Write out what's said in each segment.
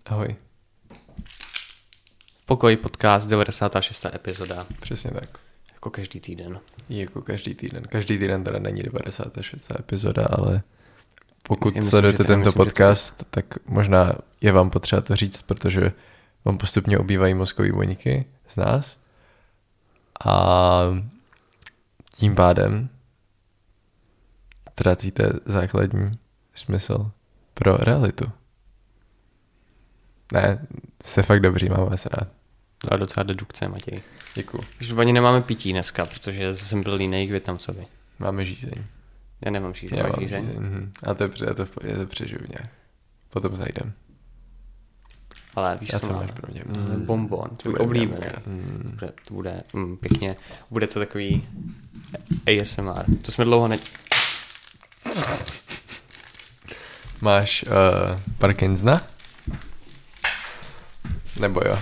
Ahoj. Pokoj podcast, 96. epizoda. Přesně tak. Jako každý týden. Jako každý týden. Každý týden teda není 96. epizoda, ale pokud Myslím, sledujete tento podcast, že tak možná je vám potřeba to říct, protože vám postupně obývají mozkový buňky z nás a tím pádem ztrácíte základní smysl pro realitu. Ne, jste fakt dobří, mám vás rád. A docela dedukce, Matěj. Děkuju. Už ani nemáme pití dneska, protože jsem byl línej k Vietnamcovi. Máme žízeň. Já nemám žízeň. Já mám žízeň. žízeň. A to je přežiju nějak. Potom zajdem. Ale víš, A co co máme? máš pro mě? Bonbon, tvůj bude oblíbený. nějaké. To bude pěkně, bude to takový ASMR. To jsme dlouho Máš Parkinsona? Nebo jo?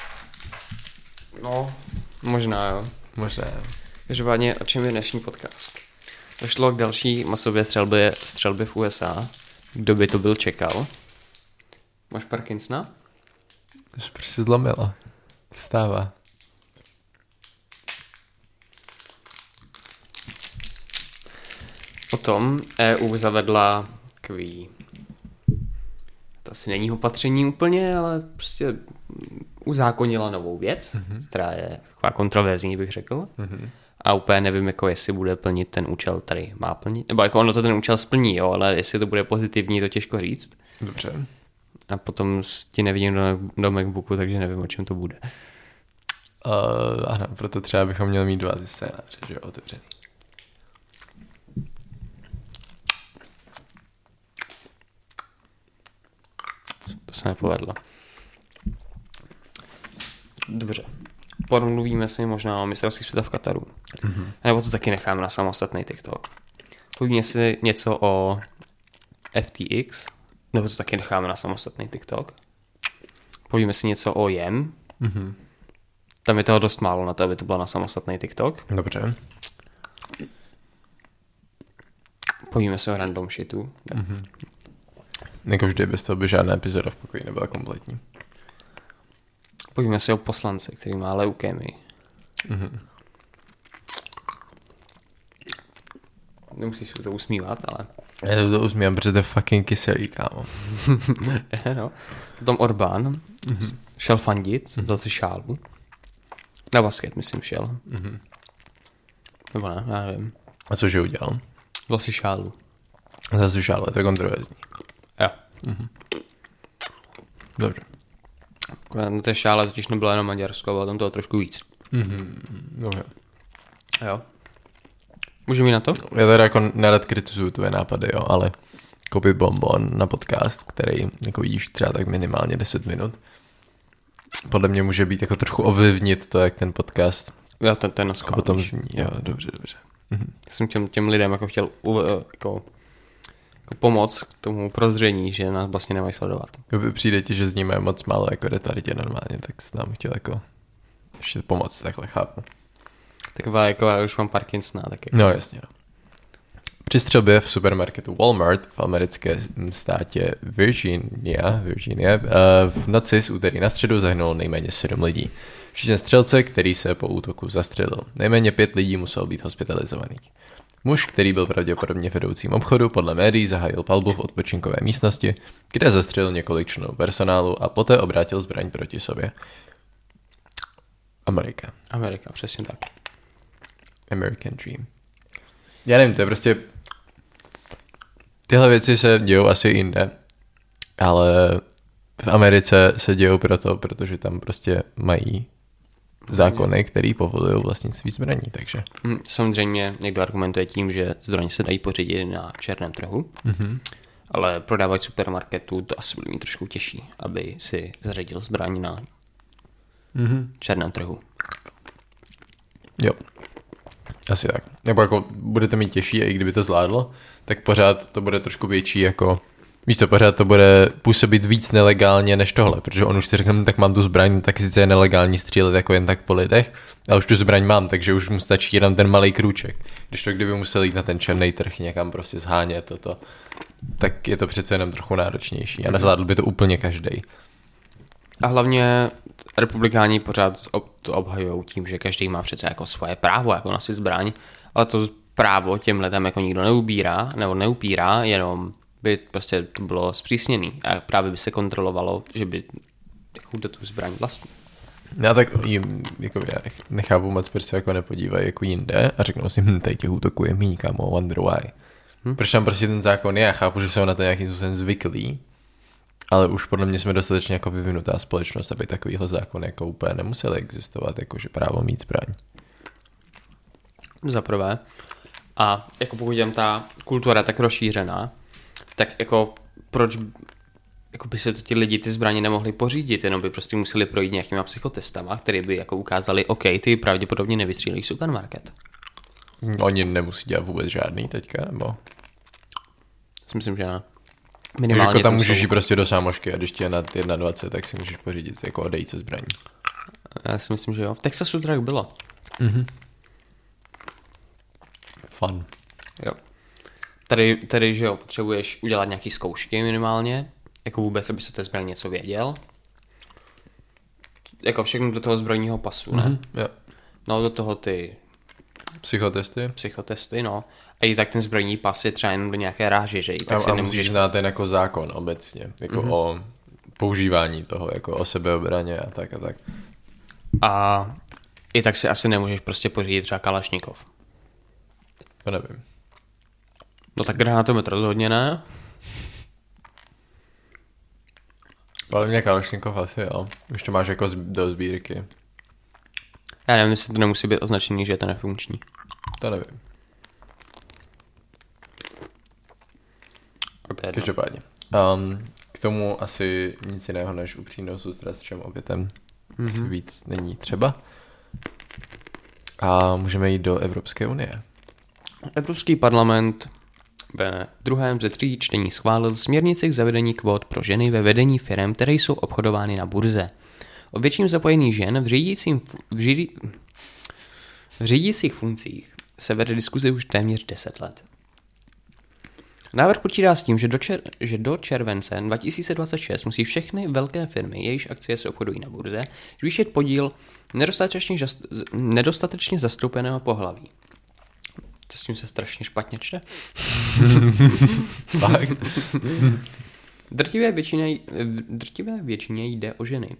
No, možná jo. Možná jo. Každopádně, o čem je dnešní podcast? Došlo k další masové střelby v USA. Kdo by to byl čekal? Máš Parkinsona? To už prostě zlomilo. Stává. Potom EU zavedla takový, to asi není opatření úplně, ale prostě uzákonila novou věc, která je taková kontroverzní, bych řekl. A úplně nevím, jako jestli bude plnit ten účel, tady má plnit, nebo jako ono to ten účel splní, jo, ale jestli to bude pozitivní, to těžko říct. Dobře. A potom ti nevidím do MacBooku, takže nevím, o čem to bude. Ano, proto třeba bychom měli mít 2 ty scénáře, že jo, otevřený. To se nepovedlo. Dobře. Pormluvíme si možná o mistrovství světa v Kataru. Nebo to taky necháme na samostatný TikTok. Povíme si něco o FTX. Nebo to taky necháme na samostatný TikTok. Povíme si něco o JEM. Tam je toho dost málo na to, aby to bylo na samostatný TikTok. Dobře. Povíme si o random shitu. Jako vždy, bez toho by žádná epizoda v pokoji nebyla kompletní. Povíme si o poslanci, který má leukémii. Nemusíš se to usmívat, ale... Já se to usmívám, protože to je fucking kyselý, kámo. no. Potom Orbán šel fandit, vzal si šálu. Na basket, myslím, šel. Nebo ne, já nevím. A cože udělal? Vzal si šálu. Zase už ale to je kontroverzní. Jo. Dobře. Na té šále totiž nebylo jenom Maďarsko, bylo tam toho trošku víc. Dobře. Jo. Můžeme jít na to? Já teda jako nerad kritizuju tvoje nápady, jo, ale koupit bonbon na podcast, který jako jíš třeba tak minimálně 10 minut, podle mě může být jako trochu ovlivnit to, jak ten podcast Jo, ten na jako potom zní. Jo, dobře. Jsem těm lidem jako chtěl jako pomoct k tomu prozření, že nás vlastně nemají sledovat. Kdyby přijde ti, že zníme moc málo jako retardě normálně, tak s nám chtěl jako ještě pomoct, takhle chápu. Taková jako já už mám Parkinsona, tak jako. No jasně. Při střelbě v supermarketu Walmart v americké státě Virginia v noci z úterý na středu zahynulo nejméně 7 lidí. Včetně střelce, který se po útoku zastřelil. Nejméně 5 lidí muselo být hospitalizovaných. Muž, který byl pravděpodobně vedoucím obchodu, podle médií zahájil palbu v odpočinkové místnosti, kde zastřelil několik členů personálu a poté obrátil zbraň proti sobě. Amerika, přesně tak. American Dream. Já nevím, to je prostě... Tyhle věci se dějou asi jinde, ale v Americe se dějou protože tam prostě mají zákony, které povolují vlastnictví zbraní, takže... Samozřejmě někdo argumentuje tím, že zbraně se dají pořídit na černém trhu, ale prodávat supermarketu to asi bude mít trošku těžší, aby si zařadil zbraň na černém trhu. Jo. Asi tak. Nebo jako budete mít těžší a i kdyby to zvládlo, tak pořád to bude trošku větší jako... Víš co, pořád to bude působit víc nelegálně než tohle, protože on už si řekne, tak mám tu zbraň, tak sice je nelegální střílet jako jen tak po lidech, ale už tu zbraň mám, takže už mu stačí jenom ten malý krůček. Když to kdyby musel jít na ten černý trh někam prostě zhánět toto, tak je to přece jenom trochu náročnější a nezvládl by to úplně každej. A hlavně republikáni pořád to obhajují tím, že každý má přece jako svoje právo, jako nosit zbraň, ale to právo těm lidem jako nikdo neubírá, nebo neupírá, jenom by prostě to bylo zpřísněný a právě by se kontrolovalo, že by jako tu zbraň vlastní. Já tak jim, jako já nechápu moc, proč se jako nepodívají jako jinde a řeknou si, tady těch útoků je míň, kámo, wonder why. Proč tam prostě ten zákon je, já chápu, že jsou na to nějakým způsobem zvyklí, ale už podle mě jsme dostatečně jako vyvinutá společnost, aby takovýhle zákon jako úplně nemuseli existovat, jakože právo mít zbraň. Za prvé. A jako pokud je ta kultura tak rozšířená, tak jako proč jako by se to ti lidi ty zbraně nemohli pořídit, jenom by prostě museli projít nějakýma psychotestama, které by jako ukázali, OK, ty pravděpodobně nevystřílí supermarket. Oni nemusí dělat vůbec žádný teďka, nebo? Myslím, že ne. Minimálně jako tam můžeš jít prostě do sámošky a když tě je nad 21, tak si můžeš pořídit jako odejít se zbraní. Já si myslím, že jo. V Texasu to tak bylo. Fun. Jo. Tady, že jo, potřebuješ udělat nějaký zkoušky minimálně, jako vůbec, aby se té zbraň něco věděl. Jako všechno do toho zbrojního pasu, ne? Jo. No, do toho ty psychotesty, no. A i tak ten zbrojní pas je třeba jenom do nějaké ráže, že? Tak a musíš znát ten jako zákon obecně, jako o používání toho, jako o sebeobraně a tak a tak. A i tak si asi nemůžeš prostě pořídit třeba kalašnikov. To nevím. No tak granatometr rozhodně ne. Ale mě kalašnikov asi jo. Už to máš jako do sbírky. Já nevím, jestli to nemusí být označený, že je to nefunkční. To nevím. Každopádně. K tomu asi nic jiného než upřímnou soustrast všem obětem. Víc není třeba. A můžeme jít do Evropské unie. Evropský parlament ve druhém ze 3 čtení schválil směrnici k zavedení kvót pro ženy ve vedení firem, které jsou obchodovány na burze. O větším zapojení žen v řídících funkcích se vede diskuze už téměř 10 let. Návrh počítá s tím, že do července 2026 musí všechny velké firmy, jejichž akcie se obchodují na burze, zvýšit podíl nedostatečně zastoupeného pohlaví. To s tím se strašně špatně čte. Drtivé většině jde o ženy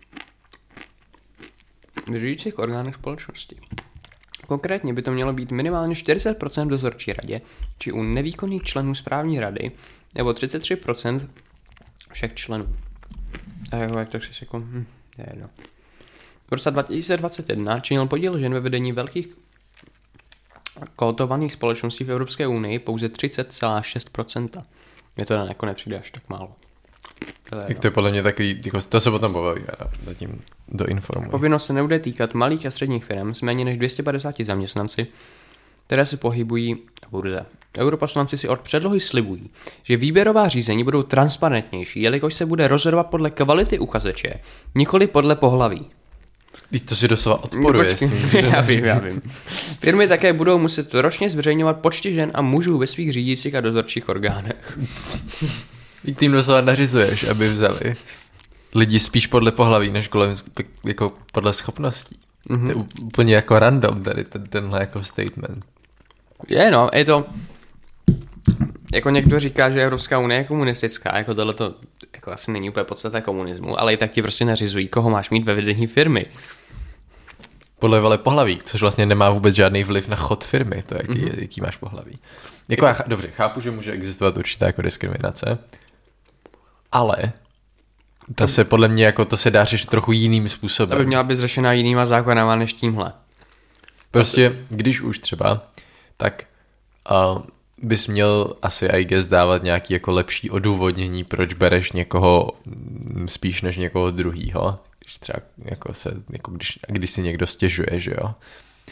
v řídících orgánech společnosti. Konkrétně by to mělo být minimálně 40% v dozorčí radě, či u nevýkonných členů správní rady, nebo 33% všech členů. A jak to chceš jako... je jedno. V roce 2021 činil podíl žen ve vedení velkých kotovaných společností v Evropské unii pouze 30,6%. Mě to jako nepřijde až tak málo. Jak to je podle mě takový, jako, to se potom pobaví, zatím doinformuji. Povinnost se nebude týkat malých a středních firm s méně než 250 zaměstnanci, které se pohybují na burze. Europoslanci si od předlohy slibují, že výběrová řízení budou transparentnější, jelikož se bude rozhodovat podle kvality uchazeče, nikoli podle pohlaví. Teď to si doslova odporuje. Já vím. Firmy také budou muset ročně zveřejňovat počty žen a mužů ve svých řídících a dozorčích orgánech. Ty jim doslova nařizuješ, aby vzali lidi spíš podle pohlaví, než jako podle schopností. To je úplně jako random tady tenhle jako statement. Je to... Jako někdo říká, že Evropská unie je komunistická, jako tohleto jako asi není úplně podstata komunismu, ale i tak ti prostě nařizují, koho máš mít ve vedení firmy. Podle pohlaví, což vlastně nemá vůbec žádný vliv na chod firmy, to jaký máš pohlaví. Jako dobře, chápu, že může existovat určitá jako diskriminace, ale ta se podle mě jako to se dá řešit trochu jiným způsobem. To by měla být řešena jinýma zákonama než tímhle. Prostě, když už třeba, tak bys měl asi I guess dávat nějaký jako lepší odůvodnění, proč bereš někoho spíš než někoho druhýho. Když třeba jako když si někdo stěžuje, že jo.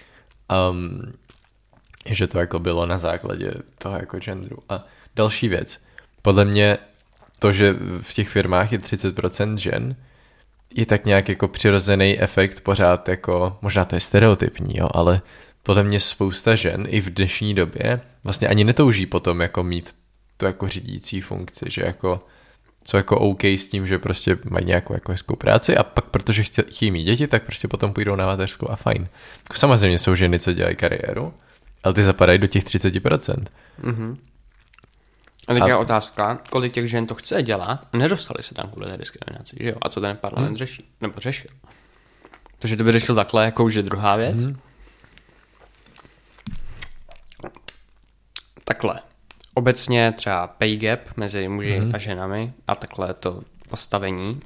Že to jako bylo na základě toho jako genderu. A další věc. Podle mě to, že v těch firmách je 30% žen, je tak nějak jako přirozený efekt pořád jako, možná to je stereotypní, jo, ale podle mě spousta žen i v dnešní době vlastně ani netouží potom jako mít tu jako řídící funkci, že jako jsou jako OK s tím, že prostě mají nějakou jako hezkou práci a pak, protože chtějí mít děti, tak prostě potom půjdou na mateřskou a fajn. Jako samozřejmě jsou ženy, co dělají kariéru, ale ty zapadají do těch 30%. Mm-hmm. A teď je otázka, kolik těch žen to chce dělat a nedostali se tam kvůli té diskriminaci, že jo? A co ten parlament řeší, nebo řešil. Takže to by řešil takhle, jako už je druhá věc. Takhle. Obecně třeba pay gap mezi muži a ženami a takhle to postavení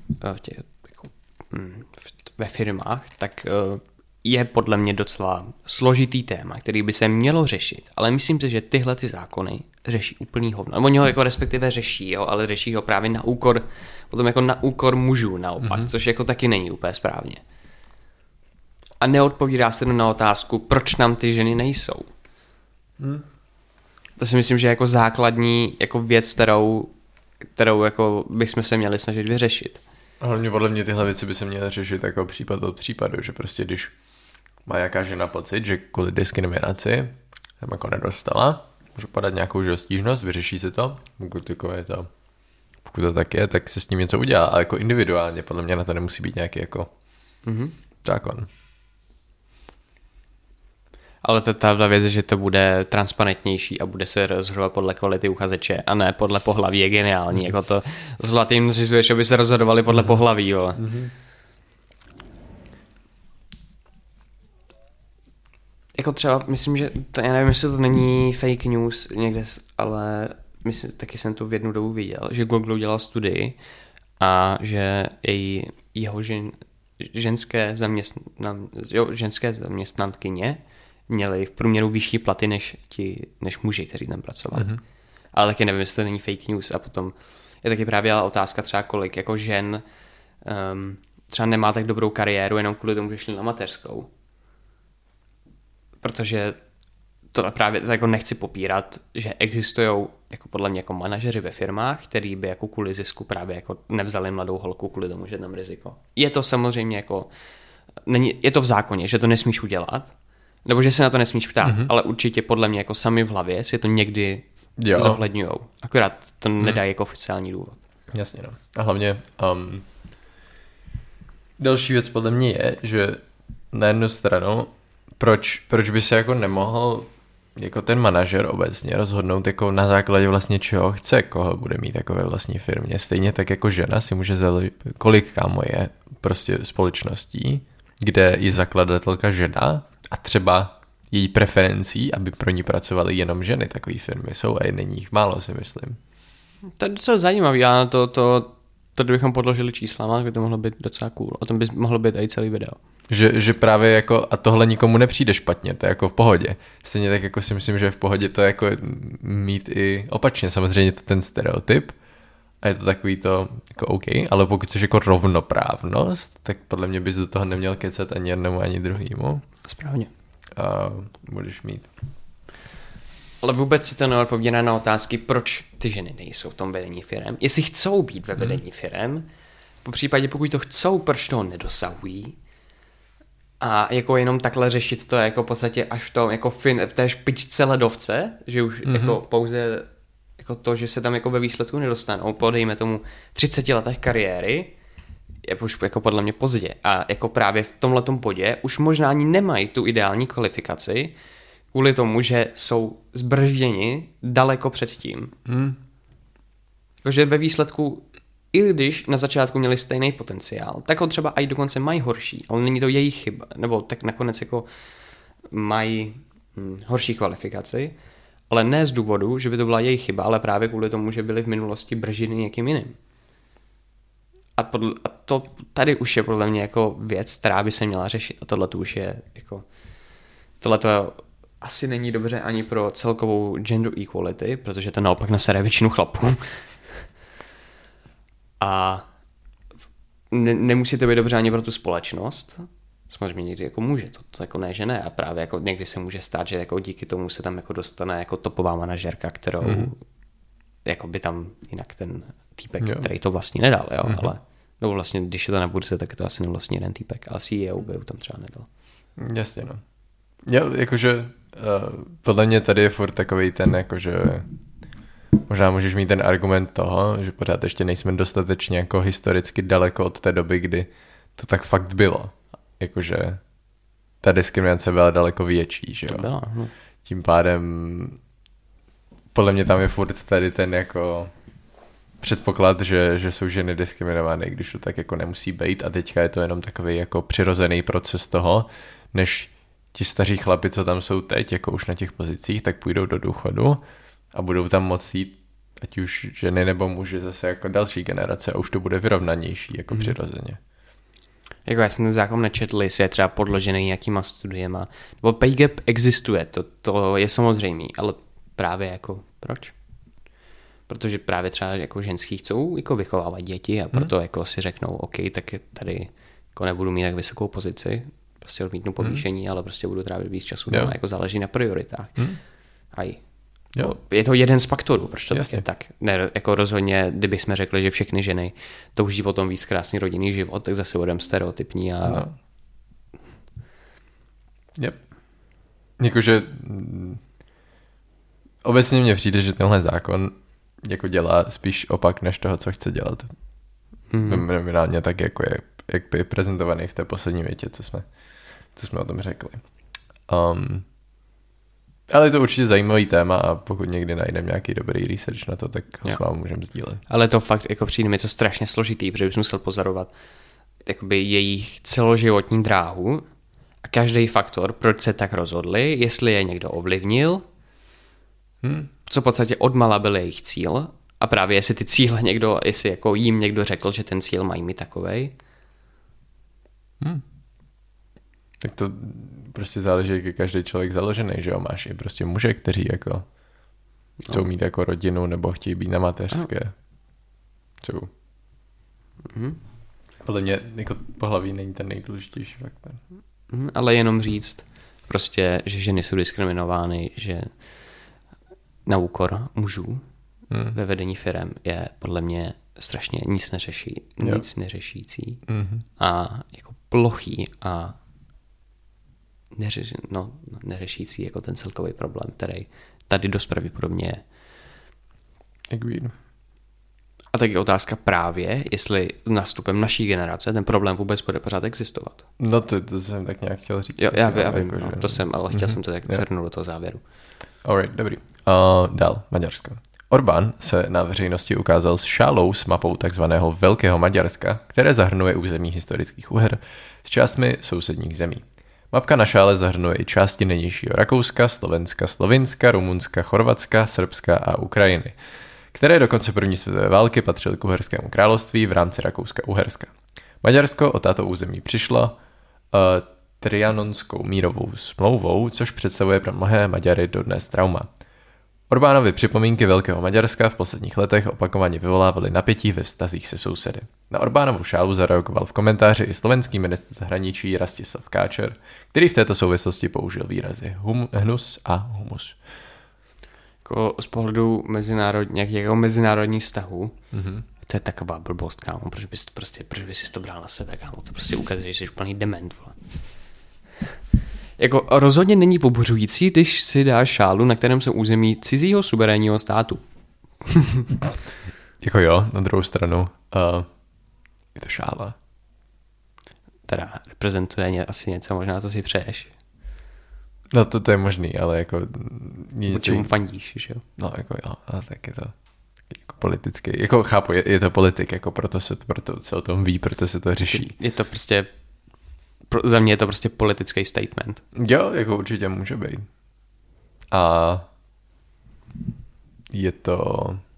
ve firmách, tak je podle mě docela složitý téma, který by se mělo řešit. Ale myslím si, že tyhle ty zákony řeší úplný hovno. Oni ho jako respektive řeší, jo, ale řeší ho právě na úkor, potom jako na úkor mužů naopak, což jako taky není úplně správně. A neodpovídá se na otázku, proč nám ty ženy nejsou. To si myslím, že je jako základní jako věc, kterou jako bychom se měli snažit vyřešit. Hlavně podle mě tyhle věci by se měly řešit jako případ od případu, že prostě když má jaká žena pocit, že kvůli diskriminaci tam jako nedostala, může podat nějakou stížnost, vyřeší se to, pokud to tak je, tak se s tím něco udělá, ale jako individuálně, podle mě na to nemusí být nějaký jako zákon. Ale ta věc, že to bude transparentnější a bude se rozhodovat podle kvality uchazeče a ne podle pohlaví, je geniální. Jako to zlatým zřizuješ, aby se rozhodovali podle pohlaví. Jo. Jako třeba, myslím, že já nevím, jestli to není fake news někde, ale myslím, taky jsem to v jednu dobu viděl, že Google udělal studii a že ženské zaměstnankyně měli v průměru vyšší platy než muži, kteří tam pracovali. Ale taky nevím, jestli to není fake news. A potom je taky právě otázka třeba, kolik jako žen třeba nemá tak dobrou kariéru jenom kvůli tomu, že šli na mateřskou. Protože to právě jako nechci popírat, že existují jako podle mě jako manažeři ve firmách, který by jako kvůli zisku právě jako nevzali mladou holku kvůli tomu, že je tam riziko. Je to samozřejmě jako je to v zákoně, že to nesmíš udělat, nebo že se na to nesmíš ptát, ale určitě podle mě jako sami v hlavě si to někdy zohledňujou. Akorát to nedají jako oficiální důvod. Jasně, no. A hlavně další věc podle mě je, že na jednu stranu proč by se jako nemohl jako ten manažer obecně rozhodnout jako na základě vlastně čeho chce, koho bude mít jako ve vlastní firmě. Stejně tak jako žena si může kolik kámo je prostě společností, kde je zakladatelka žena a třeba její preferencí, aby pro ní pracovaly jenom ženy, takové firmy jsou a není jich málo, si myslím. To je docela zajímavý, a to kdybychom podložili číslama, by to mohlo být docela cool. O tom by mohlo být i celý video. Že právě jako, a tohle nikomu nepřijde špatně, to je jako v pohodě. Stejně tak jako si myslím, že je v pohodě to jako mít i opačně. Samozřejmě to ten stereotyp a je to takový to jako OK, ale pokud chceš jako rovnoprávnost, tak podle mě bys do toho neměl kecat ani jednomu, ani druhýmu. Správně. A budeš mít. Ale vůbec si to neodpovídá na otázky, proč ty ženy nejsou v tom vedení firem. Jestli chcou být ve vedení firem, po případě pokud to chcou, proč toho nedosahují. A jako jenom takhle řešit to jako v podstatě až v tom, jako v té špičce ledovce, že už jako pouze jako to, že se tam jako ve výsledku nedostanou, po dejme tomu 30 letech kariéry, je už jako podle mě pozdě. A jako právě v tomhletom bodě už možná ani nemají tu ideální kvalifikaci, kvůli tomu, že jsou zbržděni daleko předtím. Takže ve výsledku, i když na začátku měli stejný potenciál, tak ho třeba i dokonce mají horší, ale není to jejich chyba, nebo tak nakonec jako mají horší kvalifikaci, ale ne z důvodu, že by to byla jejich chyba, ale právě kvůli tomu, že byli v minulosti bržděni někým jiným. A to tady už je podle mě jako věc, která by se měla řešit. A tohle už je jako tohleto asi není dobře ani pro celkovou gender equality, protože to naopak nasere většinu chlapů. A nemusí to být dobře ani pro tu společnost. Samozřejmě někdy jako může, to jako ne, že ne. A právě jako někdy se může stát, že jako díky tomu se tam jako dostane jako topová manažerka, kterou jako by tam jinak ten týpek, který to vlastně nedal, jo, ale nebo vlastně, když je to na burze, tak je to asi nevlastní jeden týpek, ale CEO by tam třeba nedal. Jasně, no. Jo, jakože podle mě tady je furt takovej ten, jakože možná můžeš mít ten argument toho, že pořád ještě nejsme dostatečně jako historicky daleko od té doby, kdy to tak fakt bylo. Jakože ta diskriminace byla daleko větší, že jo? To byla, Tím pádem podle mě tam je furt tady ten jako předpoklad, že jsou ženy diskriminovány, když to tak jako nemusí být a teďka je to jenom takový jako přirozený proces toho, než ti staří chlapi, co tam jsou teď, jako už na těch pozicích, tak půjdou do důchodu a budou tam moct jít ať už ženy nebo muži zase jako další generace a už to bude vyrovnanější jako přirozeně. Jako já jsem ten zákon nečetl, jestli je třeba podložený nějakýma studiema. Nebo pay gap existuje, to je samozřejmé, ale právě jako proč? Protože právě třeba jako ženský chcou jako vychovávat děti a proto jako si řeknou, OK, tak tady jako nebudu mít tak vysokou pozici, prostě odmítnu povýšení, ale prostě budu trávit víc času doma, jako záleží na prioritách. Je to jeden z faktorů, proč to tak je tak. Ne, jako rozhodně, kdyby jsme řekli, že všechny ženy touží potom víc krásný rodinný život, tak zase budeme stereotypní a... No. Yep. Jakože obecně mně přijde, že tenhle zákon jako dělá spíš opak než toho, co chce dělat. Nominálně tak, jako jak by prezentovaný v té poslední větě, co jsme o tom řekli. Ale je to určitě zajímavý téma a pokud někdy najdeme nějaký dobrý research na to, tak ho s vámi můžeme sdílet. Ale to fakt jako přijde mi to strašně složitý, protože bys musel pozorovat jakoby jejich celoživotní dráhu a každý faktor, proč se tak rozhodli, jestli je někdo ovlivnil, co v podstatě odmala byl jejich cíl a právě jestli ty cíle jestli jako jim někdo řekl, že ten cíl mají mít takovej. Tak to prostě záleží, jak je každý člověk založený, že jo, máš i prostě muže, kteří jako chcou mít jako rodinu nebo chtějí být na mateřské. Podle mě jako pohlaví není ten nejdůležitější faktor. Ale jenom říct prostě, že ženy jsou diskriminovány, že na úkor mužů ve vedení firem je podle mě strašně nic neřešící a jako plochý a neřešící jako ten celkový problém, který tady dost pravděpodobně je. Agreed. A tak je otázka právě, jestli s nástupem naší generace ten problém vůbec bude pořád existovat. No to jsem tak nějak chtěl říct. Jo, já vím, to jsem, ale chtěl jsem to tak zhrnout do toho závěru. Alright, dobrý. Dál, Maďarsko. Orbán se na veřejnosti ukázal s šálou s mapou takzvaného Velkého Maďarska, které zahrnuje území historických Uher s částmi sousedních zemí. Mapka na šále zahrnuje i části nynějšího Rakouska, Slovenska, Slovinska, Rumunska, Chorvatska, Srbska a Ukrajiny, které do konce první světové války patřily k Uherskému království v rámci Rakouska-Uherska. Maďarsko o tato území přišlo Trianonskou mírovou smlouvou, což představuje pro mnohé Maďary dodnes trauma. Orbánovy připomínky Velkého Maďarska v posledních letech opakovaně vyvolávaly napětí ve vztazích se sousedy. Na Orbánovu šálu zareagoval v komentáři i slovenský ministr zahraničí Rastislav Káčer, který v této souvislosti použil výrazy hnus a humus. Jako z pohledu nějakého mezinárodních vztahů, to je taková blbost, kámo, proč bys si to bral na sebe, kámo, to prostě ukazuje, že jsi plný dement, vole. Jako rozhodně není pobuřující, když si dáš šálu, na kterém jsou území cizího suverénního státu. Jako jo, na druhou stranu je to šála. Teda reprezentuje asi něco možná, co si přeješ. No to je možný, ale jako... Čemu fandíš, že jo? No jako jo, ale tak je to jako politický. Jako chápu, je to politik, jako proto se o tom ví, proto se to řeší. Je to prostě... Za mě je to prostě politický statement. Jo, jako určitě může být. A je to...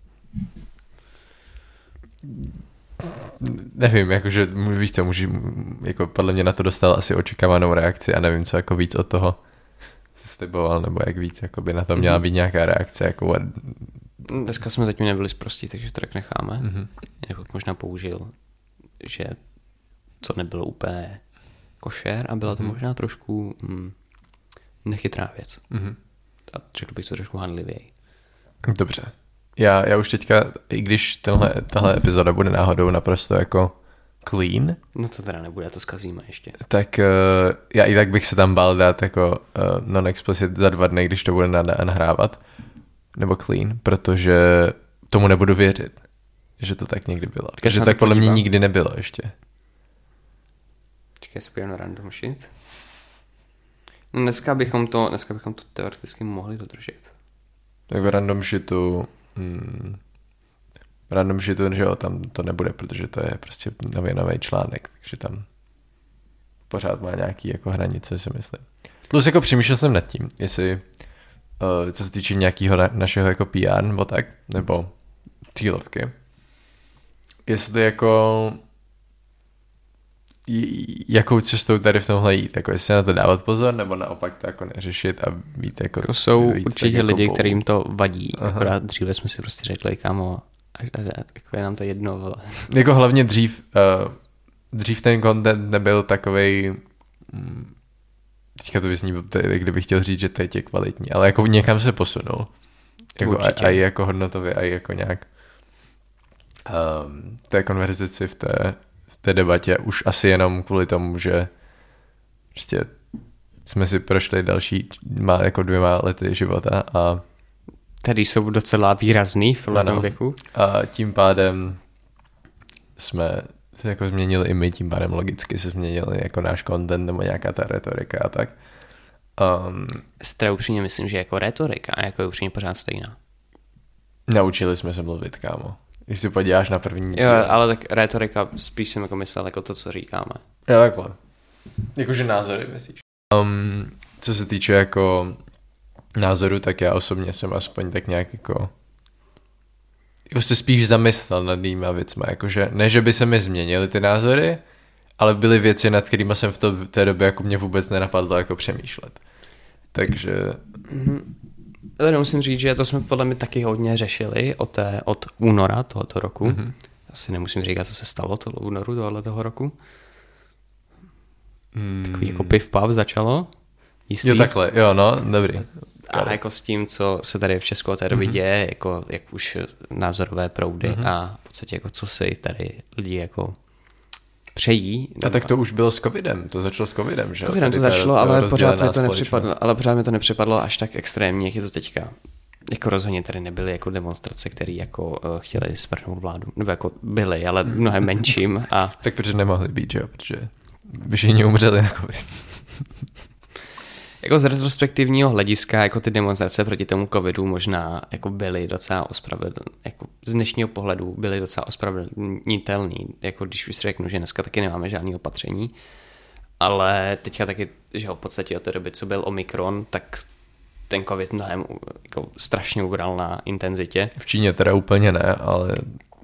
Nevím, jakože víš co, jako podle mě na to dostal asi očekávanou reakci a nevím, co jako víc od toho se sliboval, nebo jak víc jako by na to měla být nějaká reakce. Jako... Dneska jsme zatím nebyli sprostí, takže to tak necháme. Jako možná použil, že to nebylo úplně košer a byla to možná trošku nechytrá věc. A řekl bych to trošku handlivěji. Dobře. Já už teďka, i když tahle epizoda bude náhodou naprosto jako clean. No to teda nebude, to zkazíme ještě. Tak já i tak bych se tam bál dát jako non-explicit za 2 dny, když to bude nahrávat. Nebo clean, protože tomu nebudu věřit, že to tak někdy bylo. Já Že se tak na to podle mě podívám. nikdy nebylo ještě. Čekaj, si podívám na random shit. No dneska bychom to teoreticky mohli dodržet. Tak v random shitu, že jo, tam to nebude, protože to je prostě novinový článek, takže tam pořád má nějaký jako hranice, si myslím. Plus jako přemýšlel jsem nad tím, jestli co se týče nějakého našeho jako PR nebo tak, nebo cílovky, jestli jako jakou cestou tady v tomhle jít, jako jestli na to dávat pozor, nebo naopak to jako neřešit a být jako... To jsou víc určitě tak jako lidi, bold. kterým to vadí. Akorát dříve jsme si prostě řekli, kámo, jako je nám to jedno, vole. Jako hlavně dřív ten content nebyl takovej, teďka to vyzní, kdybych chtěl říct, že to je tě kvalitní, ale jako někam se posunul. Jako a jako hodnotově, a jako nějak té konverzaci v té debatě už asi jenom kvůli tomu, že prostě jsme si prošli další jako 2 lety života a Tady jsou docela výrazný v mladém věku. A tím pádem jsme se jako změnili i my, tím pádem logicky se změnili jako náš content nebo nějaká ta retorika a tak. Teda upřímně myslím, že jako retorika jako je upřímně pořád stejná. Naučili jsme se mluvit, kámo. Když si podíváš na první... Jo, ale tak retorika spíš jsem jako myslel jako to, co říkáme. Jo, takhle. Jakože názory, myslíš? Co se týče jako názoru, tak já osobně jsem aspoň tak nějak jako se spíš zamyslel nad jinýma věcma, jakože ne, že by se mi změnily ty názory, ale byly věci, nad kterými jsem v té době jako mě vůbec nenapadlo jako přemýšlet. Takže... Ale musím říct, že to jsme podle mě taky hodně řešili od února tohoto roku. Asi nemusím říkat, co se stalo toho únoru tohoto roku. Takový jako piv-pav začalo. Jistý. Jo, takhle, jo, no, dobrý. A jako s tím, co se tady v Česku od té doby děje, jako jak už názorové proudy a v podstatě jako co si tady lidi jako přejí. A tak to už bylo s covidem, to začalo s covidem, že? S covidem to začalo, ale pořád mi to nepřipadlo až tak extrémně, jak je to teďka. Jako rozhodně tady nebyly jako demonstrace, které jako chtěli svrhnout vládu. Nebo jako byly, ale mnohem menším. A... Tak protože nemohli být, že jo? Protože všichni umřeli na covid. Jako z retrospektivního hlediska, jako ty demonstrace proti tomu covidu možná jako byly docela jako z dnešního pohledu byly docela ospravedlnitelný, jako když už si řeknu, že dneska taky nemáme žádný opatření, ale teďka taky, že v podstatě od té doby, co byl Omikron, tak ten covid mnohem jako strašně ubral na intenzitě. V Číně teda úplně ne, ale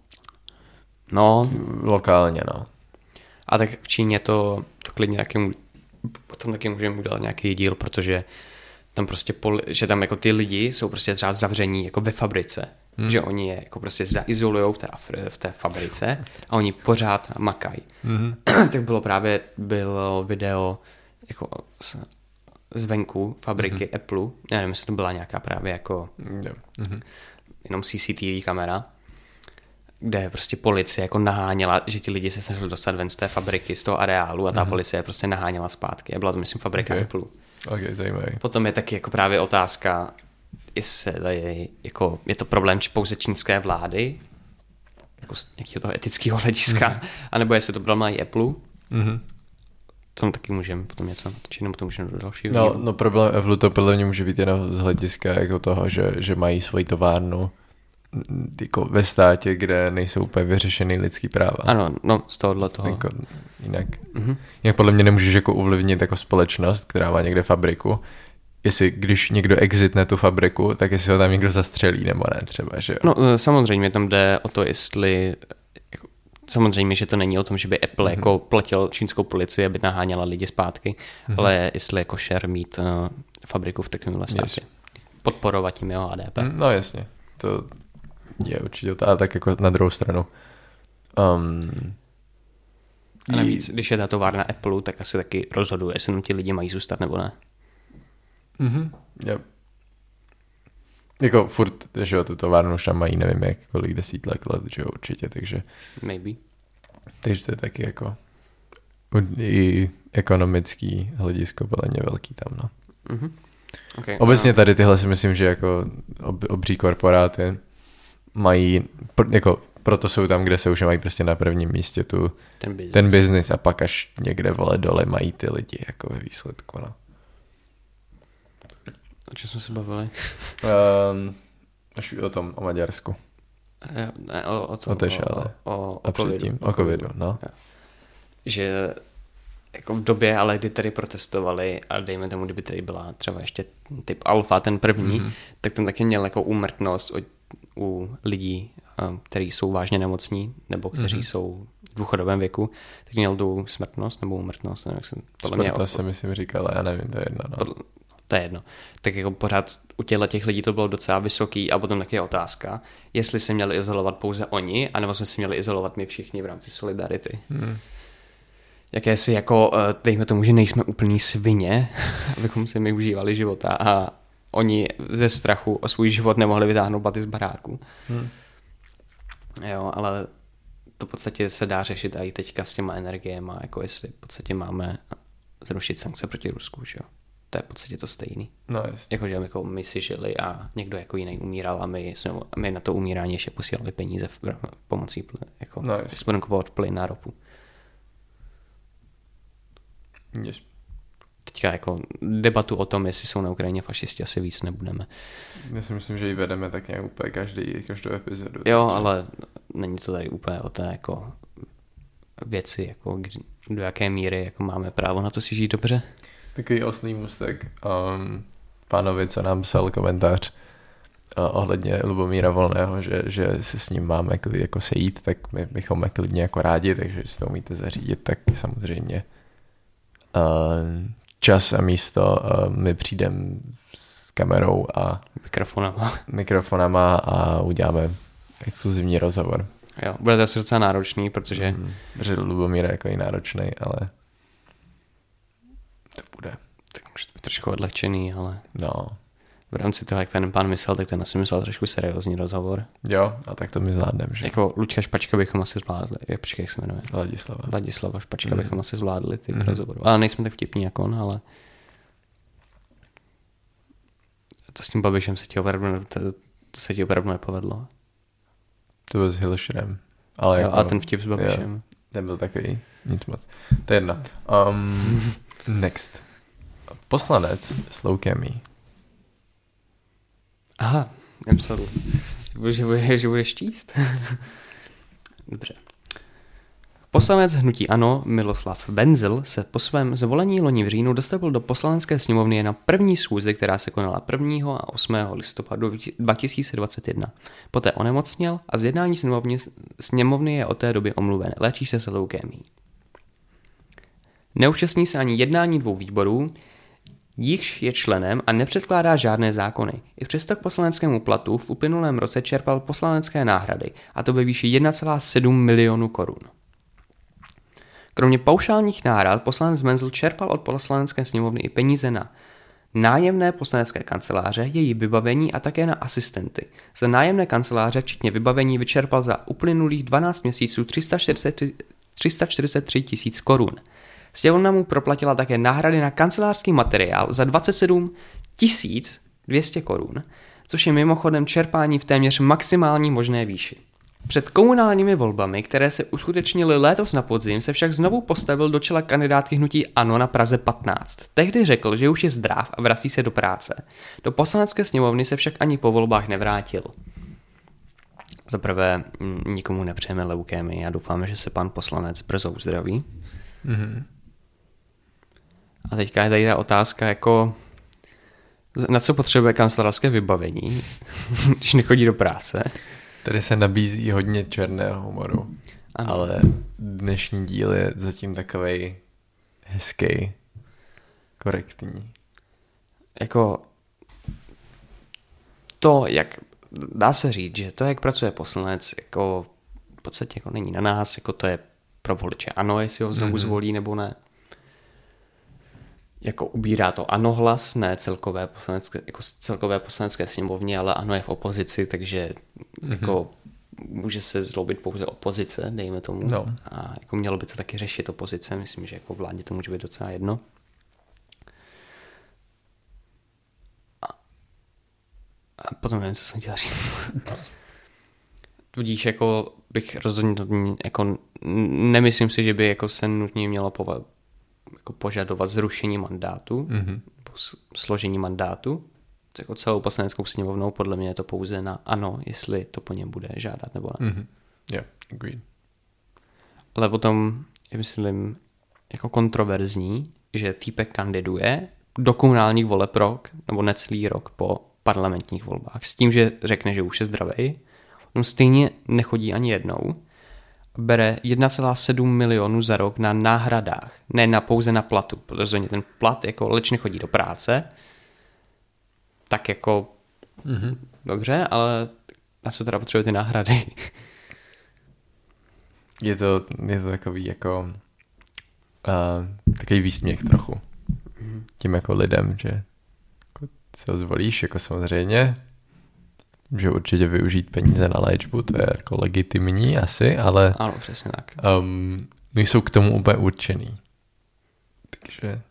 no lokálně, no. A tak v Číně to klidně taky potom taky můžeme udělat nějaký díl, protože tam prostě že tam jako ty lidi jsou prostě třeba zavření jako ve fabrice, že oni je jako prostě zaizolujou v té fabrice a oni pořád makají. Tak bylo video jako zvenku fabriky Apple, já nevím, jestli to byla nějaká právě jako jenom CCTV kamera, kde prostě policie jako naháněla, že ti lidi se snažili dostat ven z té fabriky, z toho areálu a ta policie prostě naháněla zpátky. A byla to, myslím, fabrika Apple. Ok, zajímavý. Potom je taky jako právě otázka, jestli je to problém pouze čínské vlády, jako z nějakého toho etického hlediska, anebo jestli to problém i Apple. Tom taky můžeme potom něco natočit, nebo to můžeme do dalšího. No problém Apple to podle mě může být jenom z hlediska jako toho, že mají svoji továrnu jako ve státě, kde nejsou úplně vyřešený lidský práva. Ano, no z tohohle toho. Jako, jinak podle mě nemůžeš jako ovlivnit jako společnost, která má někde fabriku, jestli když někdo exitne tu fabriku, tak jestli ho tam někdo zastřelí nebo ne třeba, že jo? No samozřejmě tam jde o to, jestli jako, samozřejmě, že to není o tom, že by Apple jako platil čínskou policii, aby naháněla lidi zpátky, ale jestli jako share mít fabriku v takovémhle státě. Podporovat tím jeho HDP. No jasně, to je určitě to, ale tak jako na druhou stranu. A navíc, když je ta továrna Apple, tak asi taky rozhoduje, jestli tam ti lidi mají zůstat nebo ne. Yep. Jako furt, že jo, tu továrnu už tam mají, nevím jak, kolik desítek let, že jo, určitě, takže... Maybe. Takže to je taky jako i ekonomický hledisko podle mě velký tam, no. Okay, Obecně tady tyhle si myslím, že jako obří korporáty mají, jako proto jsou tam, kde jsou, že mají prostě na prvním místě ten business a pak až někde vole dole mají ty lidi jako ve výsledku, no. O čem jsme se bavili? Až o Maďarsku. Ne, o předtím, o covidu, no. Že jako v době, ale kdy tady protestovali a dejme tomu, kdyby tady byla třeba ještě typ alfa, ten první, tak ten taky měl jako úmrtnost u lidí, kteří jsou vážně nemocní nebo kteří jsou v důchodovém věku, tak měl tu smrtnost nebo úmrtnost. Nevím, jak jsem, smrtnost se myslím říkal, já nevím, to je jedno. No. To je jedno. Tak jako pořád u těch lidí to bylo docela vysoký a potom taky je otázka, jestli se měli izolovat pouze oni, anebo jsme se měli izolovat my všichni v rámci solidarity. Jaké si jako, dejme tomu, že nejsme úplný svině, abychom si my užívali života a oni ze strachu o svůj život nemohli vytáhnout baty z baráku. Jo, ale to v podstatě se dá řešit i teďka s těma energiema, jako jestli v podstatě máme zrušit sankce proti Rusku, že jo. To je v podstatě to stejný. No, jakože jako my si žili a někdo jako jiný umíral a my na to umírání ještě posílali peníze pomocí jako budeme kupovat plyn a ropu. Yes. Teďka jako debatu o tom, jestli jsou na Ukrajině fašisti, asi víc nebudeme. Já si myslím, že ji vedeme tak nějak úplně každou epizodu. Jo, takže... ale není to tady úplně o té jako věci, jako do jaké míry jako máme právo na to si žít dobře. Takový oslý můstek pánovi, co nám psal komentář ohledně Lubomíra Volného, že se s ním máme jako sejít, tak my bychom klidně jako rádi, takže si to umíte zařídit, tak samozřejmě čas a místo my přijdeme s kamerou a mikrofonama a uděláme exkluzivní rozhovor. Jo, bude to asi docela náročný, protože... Protože Lubomír je jako i náročný, ale to bude. Tak může to být trošku odlehčený, ale... No. V rámci toho, jak ten pán myslel, tak ten asi myslel trošku seriózní rozhovor. Jo, a tak to my zvládneme, že? Jako Luďka Špačka bychom asi zvládli. Jak se jmenuje? Ladislava Špačka bychom asi zvládli ty rozhovory. Ale nejsme tak vtipní jako on, ale... To s tím Babišem se ti opravdu nepovedlo. To byl s Hilšerem. Ale jo, jako, a ten vtip s Babišem. Jo, ten byl takový, nic moc. To je jedno. Next. Poslanec s leukemií. Aha, nepsal. Že budeš číst? Dobře. Poslanec hnutí ANO Miloslav Benzl se po svém zvolení loni v říjnu dostavil do poslanecké sněmovny na první schůzi, která se konala 1. a 8. listopadu 2021. Poté onemocněl a z jednání sněmovny je od té doby omluven. Léčí se s leukémií. Neúčastní se ani jednání dvou výborů, jichž je členem a nepředkládá žádné zákony. I přesto k poslaneckému platu v uplynulém roce čerpal poslanecké náhrady, a to ve výši 1,7 milionu korun. Kromě paušálních náhrad poslanec Benzl čerpal od poslanecké sněmovny i peníze na nájemné poslanecké kanceláře, její vybavení a také na asistenty. Za nájemné kanceláře včetně vybavení vyčerpal za uplynulých 12 měsíců 343 tisíc korun. Sněmovna mu proplatila také náhrady na kancelářský materiál za 27 200 korun, což je mimochodem čerpání v téměř maximální možné výši. Před komunálními volbami, které se uskutečnily letos na podzim, se však znovu postavil do čela kandidátky hnutí ANO na Praze 15. Tehdy řekl, že už je zdrav a vrací se do práce. Do poslanecké sněmovny se však ani po volbách nevrátil. Zaprvé nikomu nepřejeme leukémii a doufáme, že se pan poslanec brzo uzdraví. A teďka je tady ta otázka, jako na co potřebuje kancelářské vybavení, když nechodí do práce. Tady se nabízí hodně černého humoru, ano. Ale dnešní díl je zatím takovej hezký, korektní. Jako to, jak dá se říct, že to, jak pracuje poslanec, jako v podstatě jako není na nás, jako to je pro voliče ANO, jestli ho znovu zvolí nebo ne. Jako ubírá to ANO hlas, ne celkové poslanecké sněmovně, ale ANO je v opozici, takže jako může se zlobit pouze opozice, dejme tomu. No. A jako mělo by to taky řešit opozice, myslím, že jako vládě to může být docela jedno. A potom nevím, co jsem chtěl říct. Tudíž jako bych rozhodně jako nemyslím si, že by jako se nutně mělo jako požadovat zrušení mandátu, nebo složení mandátu. Jako celou poslaneckou sněmovnou, podle mě je to pouze na ano, jestli to po něm bude žádat nebo ne. Yeah, agreed. Ale potom je myslím jako kontroverzní, že týpek kandiduje do komunálních voleb rok, nebo necelý rok po parlamentních volbách. S tím, že řekne, že už je zdravej, on stejně nechodí ani jednou. Bere 1,7 milionu za rok na náhradách, ne pouze na platu, protože ten plat jako leč nechodí do práce, tak jako dobře, ale na co teda potřebuje ty náhrady? Je to takový jako takový výsměch trochu tím jako lidem, že jako se ho zvolíš, jako samozřejmě, že určitě využít peníze na léčbu, to je jako legitimní asi, ale ano, přesně tak. Nejsou k tomu úplně určený. Takže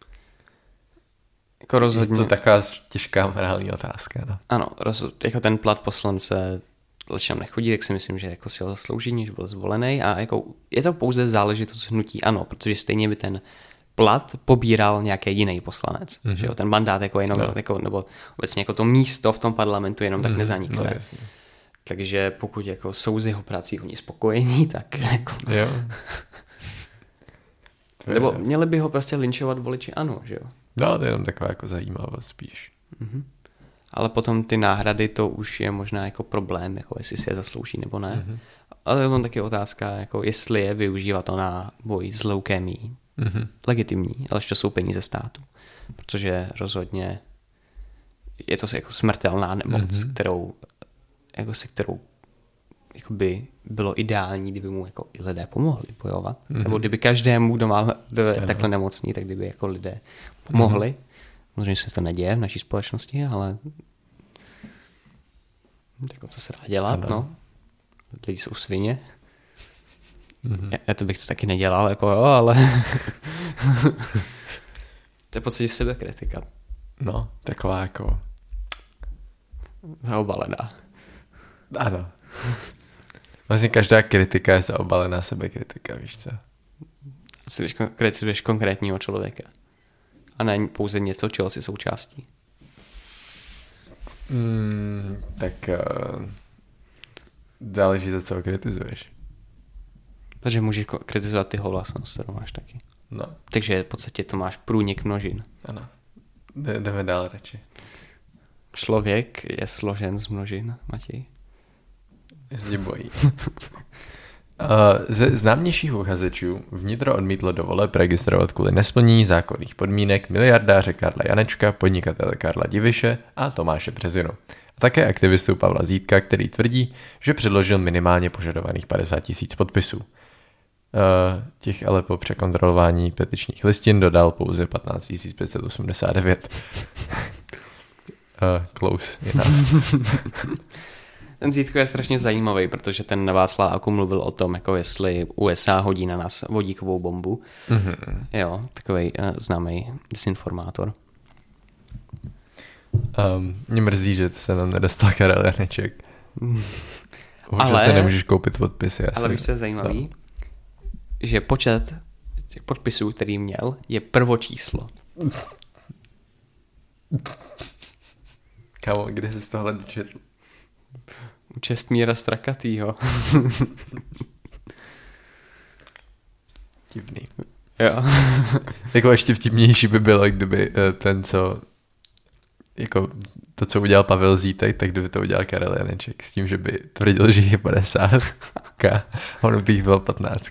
jako rozhodně. je to taková těžká morální otázka. No. Ano, jako ten plat poslance leč nechodí, tak si myslím, že jako si ho zaslouží, že byl zvolený a jako je to pouze záležitost hnutí ano, protože stejně by ten plat pobíral nějaký jiný poslanec. Že jo? Ten mandát jako jenom, jako, nebo obecně jako to místo v tom parlamentu jenom tak nezanikne. No, takže pokud jako jsou s jeho prací oni spokojení, tak jako... Jo. Nebo měli by ho prostě linčovat voliči ano, že jo? No, to je jenom taková jako zajímavost spíš. Ale potom ty náhrady, to už je možná jako problém, jako jestli si je zaslouží nebo ne. Ale je tam taky otázka, jako jestli je využívat to na boj s leukémií. Legitimní, ale to jsou peníze státu. Protože rozhodně je to jako smrtelná nemoc, kterou jako by bylo ideální, kdyby mu jako i lidé pomohli bojovat. Nebo kdyby každému, kdo má takhle nemocný, tak kdyby jako lidé pomohli. Možná, že se to neděje v naší společnosti, ale jako co se dá dělat, no. Lidi jsou svině. Já to bych to taky nedělal, jako jo, ale to je v podstatě sebekritika. No, taková jako zaobalená. Ano. Vlastně každá kritika je zaobalená sebekritika, víš co? Asi kritizuješ konkrétního člověka. A ne pouze něco, čeho jsi součástí. Tak záleží to, co ho kritizuješ. Takže můžeš kritizovat tyho vlastnost, kterou máš taky. No. Takže v podstatě to máš průnik množin. Ano. Jdeme dál radši. Člověk je složen z množin, Matěj. Jezdě bojí. Ze známějších uchazečů vnitro odmítlo do voleb registrovat kvůli nesplnění zákonných podmínek miliardáře Karla Janečka, podnikatele Karla Diviše a Tomáše Březinu. A také aktivistu Pavla Zítka, který tvrdí, že předložil minimálně požadovaných 50 000 podpisů. Těch ale po překontrolování petičních listin dodal pouze 15 589. Close enough. Ten Zítko je strašně zajímavý, protože ten Václaváku mluvil o tom, jako jestli USA hodí na nás vodíkovou bombu. Jo, takovej známý desinformátor. Mě mrzí, že se nám nedostal Karel Janeček. Ale se nemůžeš koupit podpisy. Ale víš, co je zajímavý? No. Že počet těch podpisů, který měl, je prvočíslo. Kámo, kde jsi tohle dočetl? U Čestmíra Strakatýho. Divný. Jo. Jako ještě vtipnější by bylo, kdyby ten, co jako to, co udělal Pavel Zítek, tak kdyby to udělal Karel Janeček s tím, že by tvrdil, že je 50 on bych byl 15.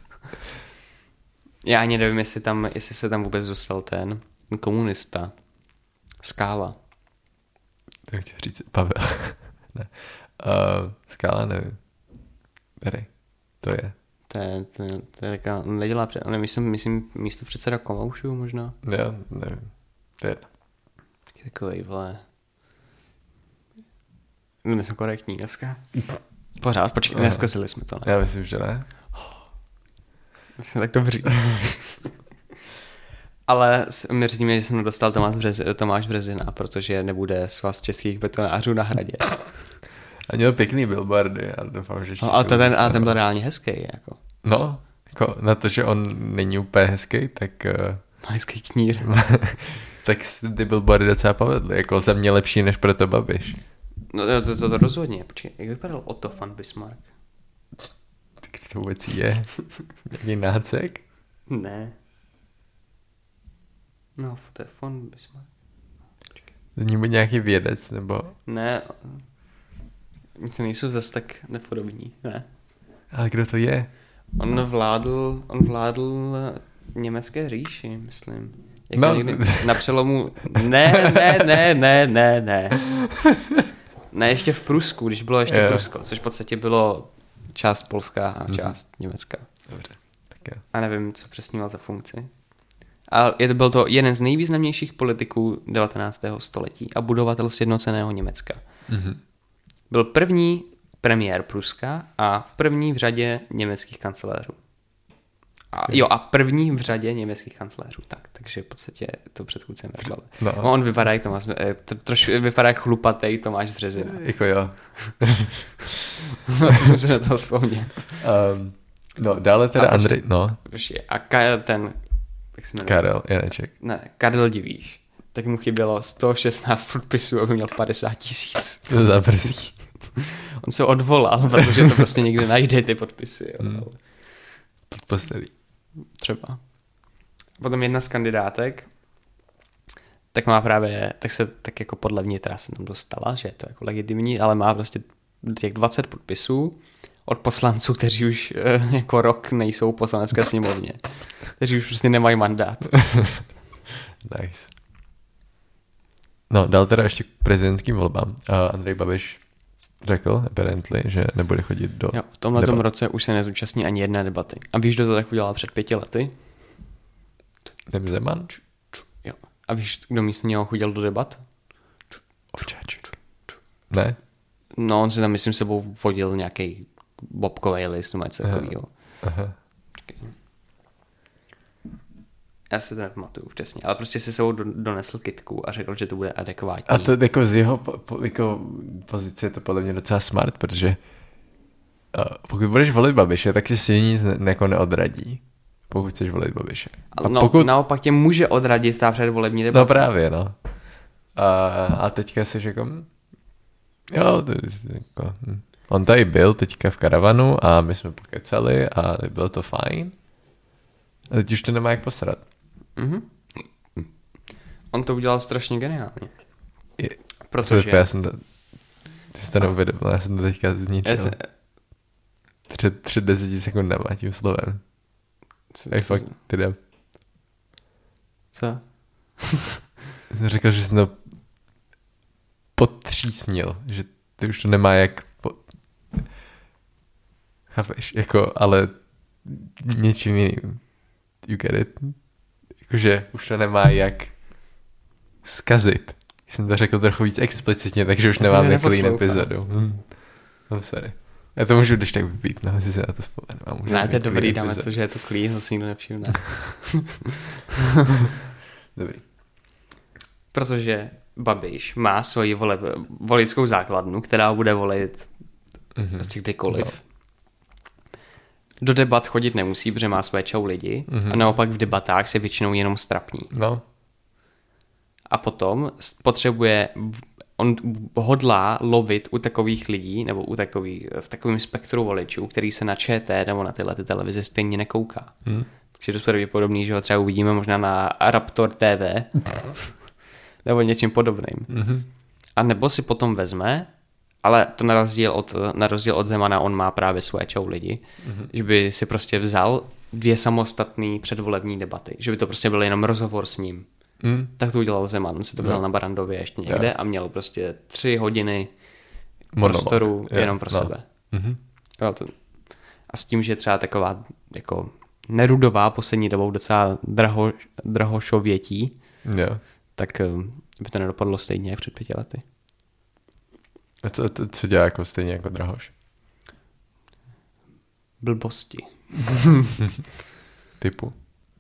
Já ani nevím, jestli se tam vůbec dostal ten komunista. Skála. Tak chtěl říct Pavel. Ne. Skála nevím. Tady. To je taká, nedělá, myslím místo předseda Komoušů možná. Jo, nevím. To je jedno. Takovej, vole. Nejsem korektní dneska. Pořád, počkej, neskazili jsme to, ne? Já myslím, že ne. Jsme tak dobří. Ale mrzí mě, že jsem dostal Tomáš Březina, protože nebude svaz českých betonářů na Hradě. A měl pěkný billboardy a doufám, že... No, a ten byl reálně hezký, jako. No, jako na to, že on není úplně hezký, tak... Má hezký knír. tak ty billboardy docela povedly, jako za mě lepší než pro to Babiš. No to rozhodně, počkej, jak vypadal Otto von Bismarck? Tak to vůbec je? Nějaký nácek? Ne. No, to je von Bismarck. Z ní bude nějaký vědec, nebo... Ne, to nejsou zase tak nepodobní, ne. Ale kdo to je? On vládl německé říši, myslím. Jako No. někdy na přelomu... Ne. Ne, ještě v Prusku, když bylo ještě Prusko, což v podstatě bylo část Polska a část Německa. Dobře, tak jo. A nevím, co přesně měl za funkci. A byl to jeden z nejvýznamnějších politiků 19. století a budovatel sjednoceného Německa. Byl první premiér Pruska a první v řadě německých kancléřů. A první v řadě německých kancléřů. Takže v podstatě to předchůdce Merklovi. No. On vypadá jak Tomáš, trošku vypadá jak chlupatej Tomáš Březina. Jako jo. To jsem se na toho vzpomněl. No, dále teda Andrej, no. A ten, jak se jmenuje? Karel Janeček. Ne, Karel Divíš. Tak mu chybělo 116 podpisů, aby měl 50 000. To zabrzí. On se odvolal, protože to prostě někde najde ty podpisy. Jo. Pod postelí. Třeba. Potom jedna z kandidátek, tak se tak jako podle vnitra se tam dostala, že je to jako legitimní, ale má prostě těch 20 podpisů od poslanců, kteří už jako rok nejsou v poslanecké sněmovně. Kteří už prostě nemají mandát. Nice. No, dal teda ještě k prezidentským volbám. Andrej Babiš řekl, apparently, že nebude chodit do Jo, v tomhletom roce už se nezúčastní ani jedné debaty. A víš, kdo to tak udělal před 5 lety? Zeman? Jo. A víš, kdo místo něho chodil do debat? Ovčáč. Ne? No, on si tam, myslím, sebou vodil nějaký bobkovej list, nebo něco takového. Aha. Já se to nepamatuju přesně, ale prostě si sebou donesl kytku a řekl, že to bude adekvátní. A to jako z jeho jako pozice je to podle mě docela smart, protože pokud budeš volit Babiše, tak si si nic jako neodradí, pokud chceš volit Babiše. Naopak tě může odradit ta předvolební debata. No právě, no. A teďka jsi jako... Jo, to je jako... On tady byl teďka v karavanu a my jsme pokecali a bylo to fajn. A teď už to nemá jak posrat. Mm-hmm. On to udělal strašně geniálně. Protože... Já jsem to... Ty jsi to neuvědomil, já jsem to teďka zničil. Před 10 sekundama tím slovem. Fakt, teda. Co? Jsem řekl, že jsem to potřísnil, že ty už to nemá jak... Chápeš, jako, ale něčím jiným. You get it? Jakože už to nemá jak zkazit. Jsem to řekl trochu víc explicitně, takže už nemám jak clean epizodu. No sorry. Já to můžu když tak vypít, no, jestli se na to vzpomenu. Ne, to je dobrý, dáme to, že je to clean, zase nikdo nevšimne. Dobrý. Protože Babiš má svoji voličskou základnu, která bude volit prostě kdykoliv. No. Do debat chodit nemusí, protože má své čau lidi a naopak v debatách se většinou jenom strapní. No. A potom on hodlá lovit u takových lidí, nebo v takovém spektru voličů, který se na ČT nebo na tyhle televize stejně nekouká. Takže je dost pravděpodobný, že ho třeba uvidíme možná na Raptor TV nebo něčím podobným. A nebo si potom vezme, ale to na rozdíl od Zemana on má právě svoje čau lidi, že by si prostě vzal 2 samostatné předvolební debaty, že by to prostě byl jenom rozhovor s ním. Tak to udělal Zeman, on si to vzal na Barandově ještě někde a měl prostě 3 hodiny prostoru jenom pro sebe. Jo, a s tím, že je třeba taková jako nerudová poslední dobou docela drahošovětí, tak by to nedopadlo stejně jak před 5 lety. A co dělá jako stejně jako Drahoš? Blbosti. Typu?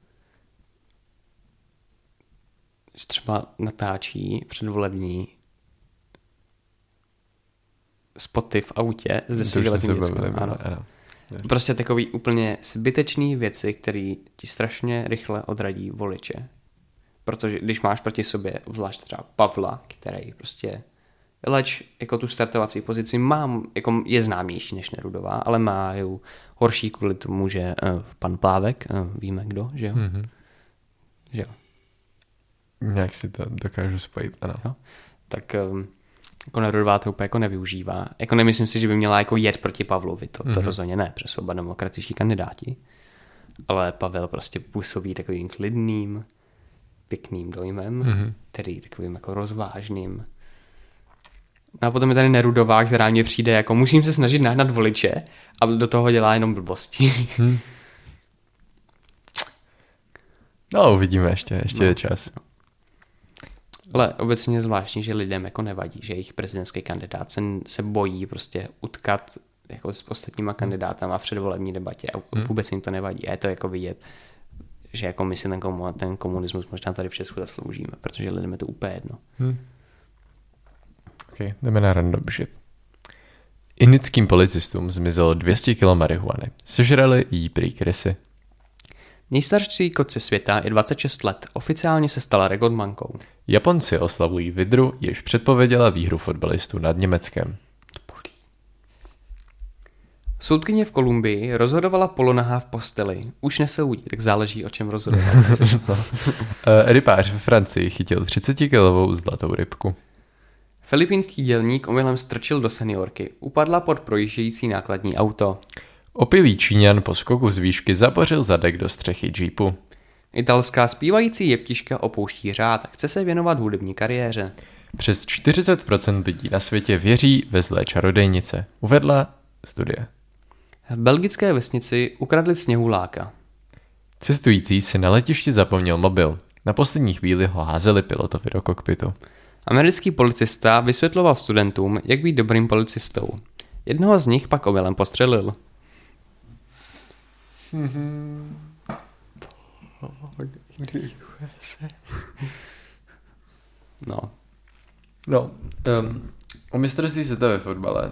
Že třeba natáčí předvolební spoty v autě s To už 10letým jsme se děckem. bavili, Ano. ano. Prostě takový úplně zbytečný věci, které ti strašně rychle odradí voliče. Protože když máš proti sobě, obzvlášť třeba Pavla, který prostě leč jako tu startovací pozici jako je známější než Nerudová, ale má ju horší kvůli tomu, že pan Plávek, víme kdo, že jo? Mm-hmm. Že jo. Nějak si to dokážu spojit, ano. Jo? Tak jako Nerudová to úplně jako nevyužívá. Jako nemyslím si, že by měla jako jet proti Pavlovi, to rozhodně ne, protože jsou oba demokratičtí kandidáti. Ale Pavel prostě působí takovým klidným, pěkným dojmem, který takovým jako rozvážným. A potom je tady Nerudová, která mně přijde jako musím se snažit nahnat voliče a do toho dělá jenom blbosti. No, uvidíme ještě je čas. Ale obecně je zvláštní, že lidem jako nevadí, že jejich prezidentský kandidát se bojí prostě utkat jako s ostatníma kandidátama v předvolební debatě a vůbec jim to nevadí. A je to jako vidět, že jako my si ten komunismus možná tady v Česku zasloužíme, protože lidem je to úplně jedno. Ok, jdeme na random shit. Indickým policistům zmizelo 200 kg marihuany. Sežrali jí prý krysy. Nejstarší kotce světa je 26 let. Oficiálně se stala rekordmankou. Japonci oslavují vidru, jež předpověděla výhru fotbalistů nad Německem. Soudkyně v Kolumbii rozhodovala polonahá v posteli. Už nesoudí, tak záleží, o čem rozhodovala. Rybář ve Francii chytil 30kilovou zlatou rybku. Filipínský dělník omylem strčil do seniorky. Upadla pod projíždějící nákladní auto. Opilý Číňan po skoku z výšky zabořil zadek do střechy džípu. Italská zpívající jeptiška opouští řád. Chce se věnovat hudební kariéře. Přes 40% lidí na světě věří ve zlé čarodejnice, uvedla studie. V belgické vesnici ukradli sněhuláka. Cestující si na letišti zapomněl mobil. Na poslední chvíli ho házeli pilotovi do kokpitu. Americký policista vysvětloval studentům, jak být dobrým policistou. Jednoho z nich pak omylem postřelil. No, o mistrovství světa ve fotbale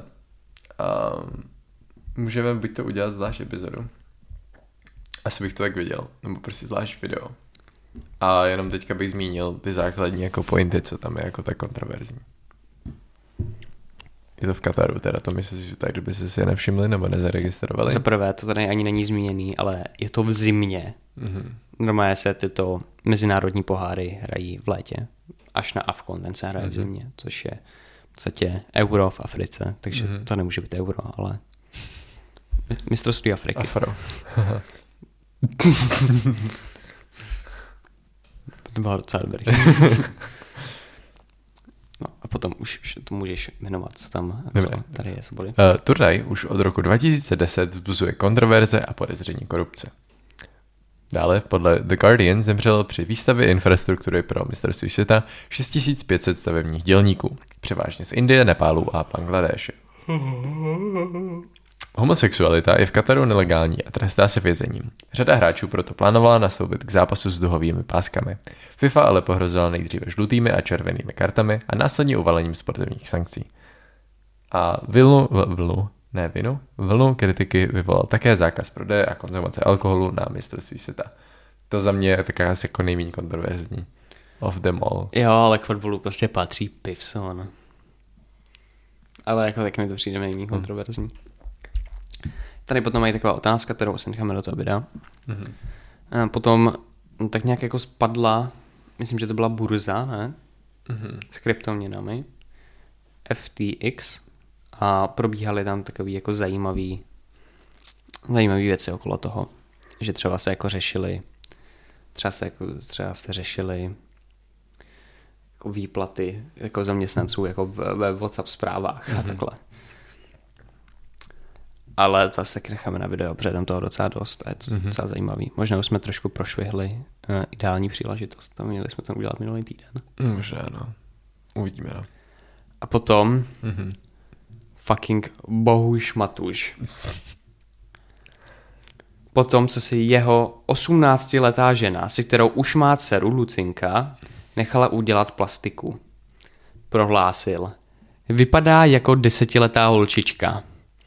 můžeme buď to udělat zvlášť epizodu. Asi bych to tak viděl, nebo prostě zvlášť video. A jenom teďka bych zmínil ty základní jako pointy, co tam je jako tak kontroverzní. Je to v Kataru, teda to myslím, že tak, kdybyste si je nevšimli nebo nezaregistrovali. Za prvé, to tady ani není zmíněný, ale je to v zimě. Normálně se tyto mezinárodní poháry hrají v létě. Až na Afkon, ten se hraje v zimě, což je v podstatě euro v Africe, takže to nemůže být euro, ale mistrovství Afriky. Afro. To bylo docela dobrý. No a potom už to můžeš jmenovat, co tady je svobody. Turnaj už od roku 2010 vzbuzuje kontroverze a podezření korupce. Dále, podle The Guardian, zemřelo při výstavě infrastruktury pro mistrovství světa 6500 stavebních dělníků, převážně z Indie, Nepálu a Bangladéše. Homosexualita je v Kataru nelegální a trestá se vězením. Řada hráčů proto plánovala nastoupit k zápasu s duhovými páskami. FIFA ale pohrozila nejdříve žlutými a červenými kartami a následně uvalením sportovních sankcí. A vlnu kritiky vyvolal také zákaz prodeje a konzumace alkoholu na mistrovství světa. To za mě je taková asi jako nejméně kontroverzní. Of them all. Jo, ale k fotbalu prostě patří pivson. Ale jako tak mi to přijde nejméně kontroverzní. Tady potom mají taková otázka, kterou si necháme do toho videa. A potom tak nějak jako spadla, myslím, že to byla burza, ne? S kryptoměnami. FTX. A probíhaly tam takový jako zajímavý věci okolo toho. Že třeba se jako řešili třeba se řešili jako výplaty jako zaměstnanců jako ve WhatsApp zprávách a takhle. Ale to asi taky necháme na video, protože tam toho docela dost a je to docela zajímavý. Možná už jsme trošku prošvihli ideální příležitost a měli jsme to udělat minulý týden. Možná, no. Uvidíme, no. A potom fucking Bohuš Matuš. Potom, co si jeho 18letá žena, se kterou už má dceru Lucinka, nechala udělat plastiku. Prohlásil: Vypadá jako 10letá holčička.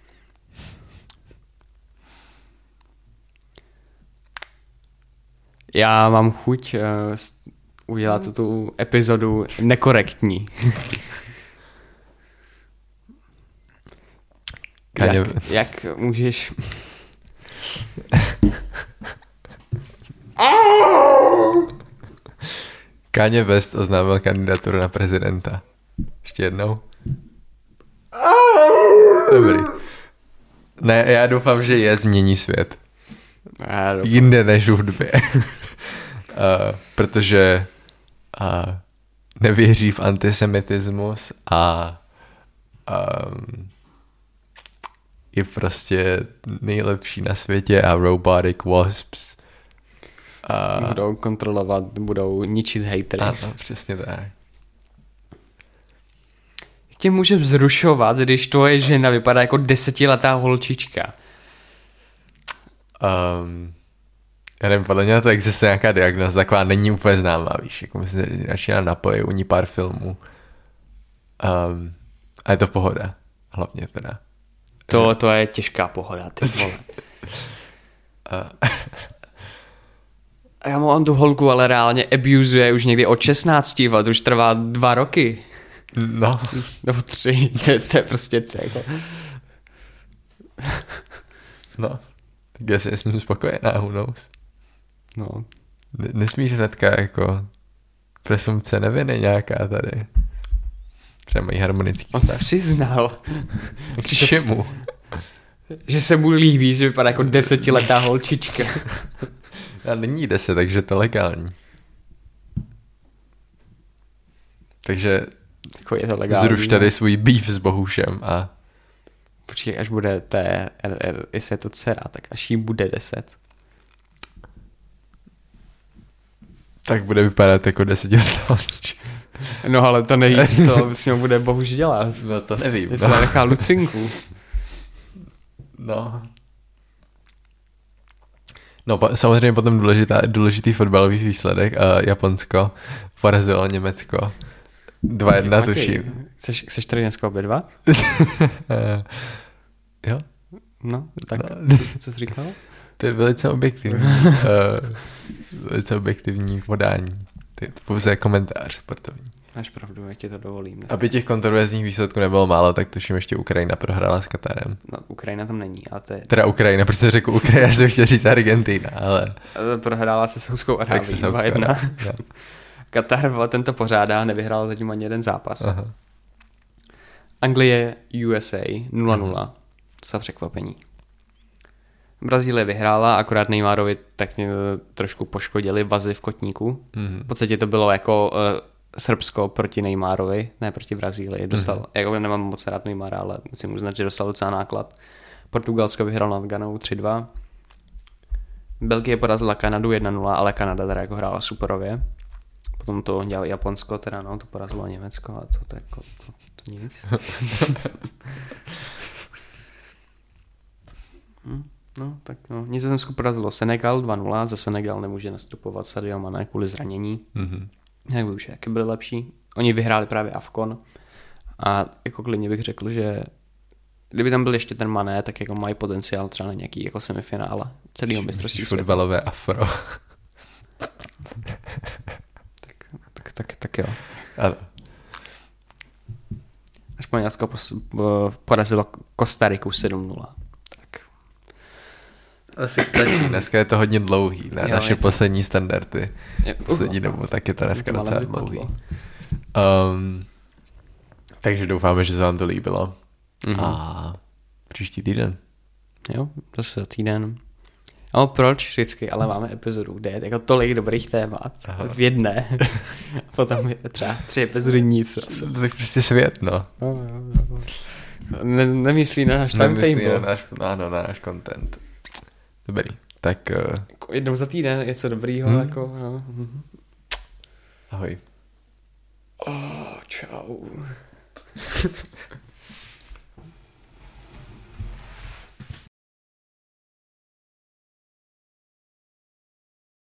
Já mám chuť udělat tu epizodu nekorektní. Jak můžeš... Kanye West oznámil kandidaturu na prezidenta. Ještě jednou. Dobrý. Ne, já doufám, že změní svět. Jinde než v hudbě. Protože nevěří v antisemitismus a je prostě nejlepší na světě a robotic wasps budou kontrolovat, budou ničit hejtry. Ano, přesně tak. Jak tě může vzrušovat, když tvoje žena vypadá jako 10letá holčička? Já nevím, podle mě to existuje nějaká diagnoza, taková není úplně známá, víš, jako myslím, že začíná napojit u ní pár filmů. A je to pohoda, hlavně teda. To je těžká pohoda, ty vole. A já mám tu holku, ale reálně abuzuje už někdy od 16 let, už trvá 2 roky. No. Nebo 3, to je prostě jako... No, tak já si s ním spokojená, who knows. No. Nesmíš hnedka jako presumpce neviny nějaká tady. Třeba mají harmonický On se přiznal. K čemu? Že se mu líbí, že vypadá jako 10letá holčička. A není 10, takže to je legální. Takže jako je to legální. Zruš tady svůj beef s Bohušem a... Počkej, až bude jestli je to dcera, tak až jí bude 10. Tak bude vypadat jako 10letá holčička. No ale to neví, co s ním bude Bohuš dělat. No to nevím. Jestli nechá Lucinku. No. No samozřejmě potom důležitý fotbalový výsledek. Japonsko porazilo Německo. 2-1 tuším. Chceš tady dneska obědvat? Jo. No, tak co jsi říkal? To je velice objektivní podání. To je pouze komentář sportovní. Máš pravdu, já ti to dovolím. Aby těch kontroverzních výsledků nebylo málo, tak tuším ještě Ukrajina prohrála s Katarem. No, Ukrajina tam není, ale to je... Teda Ukrajina, protože řekl Ukrajina, já jsem chtěl říct Argentina, ale... Prohrála se Saudskou Arábií 2-1. Katar tento pořádá, nevyhrál zatím ani jeden zápas. Aha. Anglie, USA 0-0. Za překvapení. Brazílie vyhrála, akorát Neymarovi tak trošku poškodili vazy v kotníku. V podstatě to bylo jako Srbsko proti Neymarovi, ne proti Brazílii. Dostal, jako nemám moc rád Neymara, ale musím uznat, že dostal docela náklad. Portugalsko vyhrál nad Ganou 3-2. Belgie porazila Kanadu 1-0, ale Kanada teda jako hrála superově. Potom to dělal Japonsko, teda no, to porazilo Německo a to jako to nic. No, tak no. Nizozemsko porazilo Senegal 2-0, za Senegal nemůže nastupovat Sadio Mané kvůli zranění. Jak by už jaké byly lepší. Oni vyhráli právě AFCON a jako klidně bych řekl, že kdyby tam byl ještě ten Mané, tak jako mají potenciál třeba na nějaký jako semifinále celého mistrovství světa. Fotbalové afro. tak jo. Ano. Španělsko porazilo Kostariku 7-0. Tak. Asi stačí. Dneska je to hodně dlouhý na naše poslední standardy. Poslední dobu, tak je to dneska docela dlouhý. Takže doufáme, že se vám to líbilo. A příští týden. Jo, zase týden. No proč vždycky, ale máme epizodu, kde je jako tolik dobrých témat v jedné. A potom je třeba 3 epizody nic. To je prostě svět, no. Nemyslí na náš timetable. Na náš content. Dobrý, tak... Jednou za týden je co dobrýho, jako... No. Ahoj. Čau.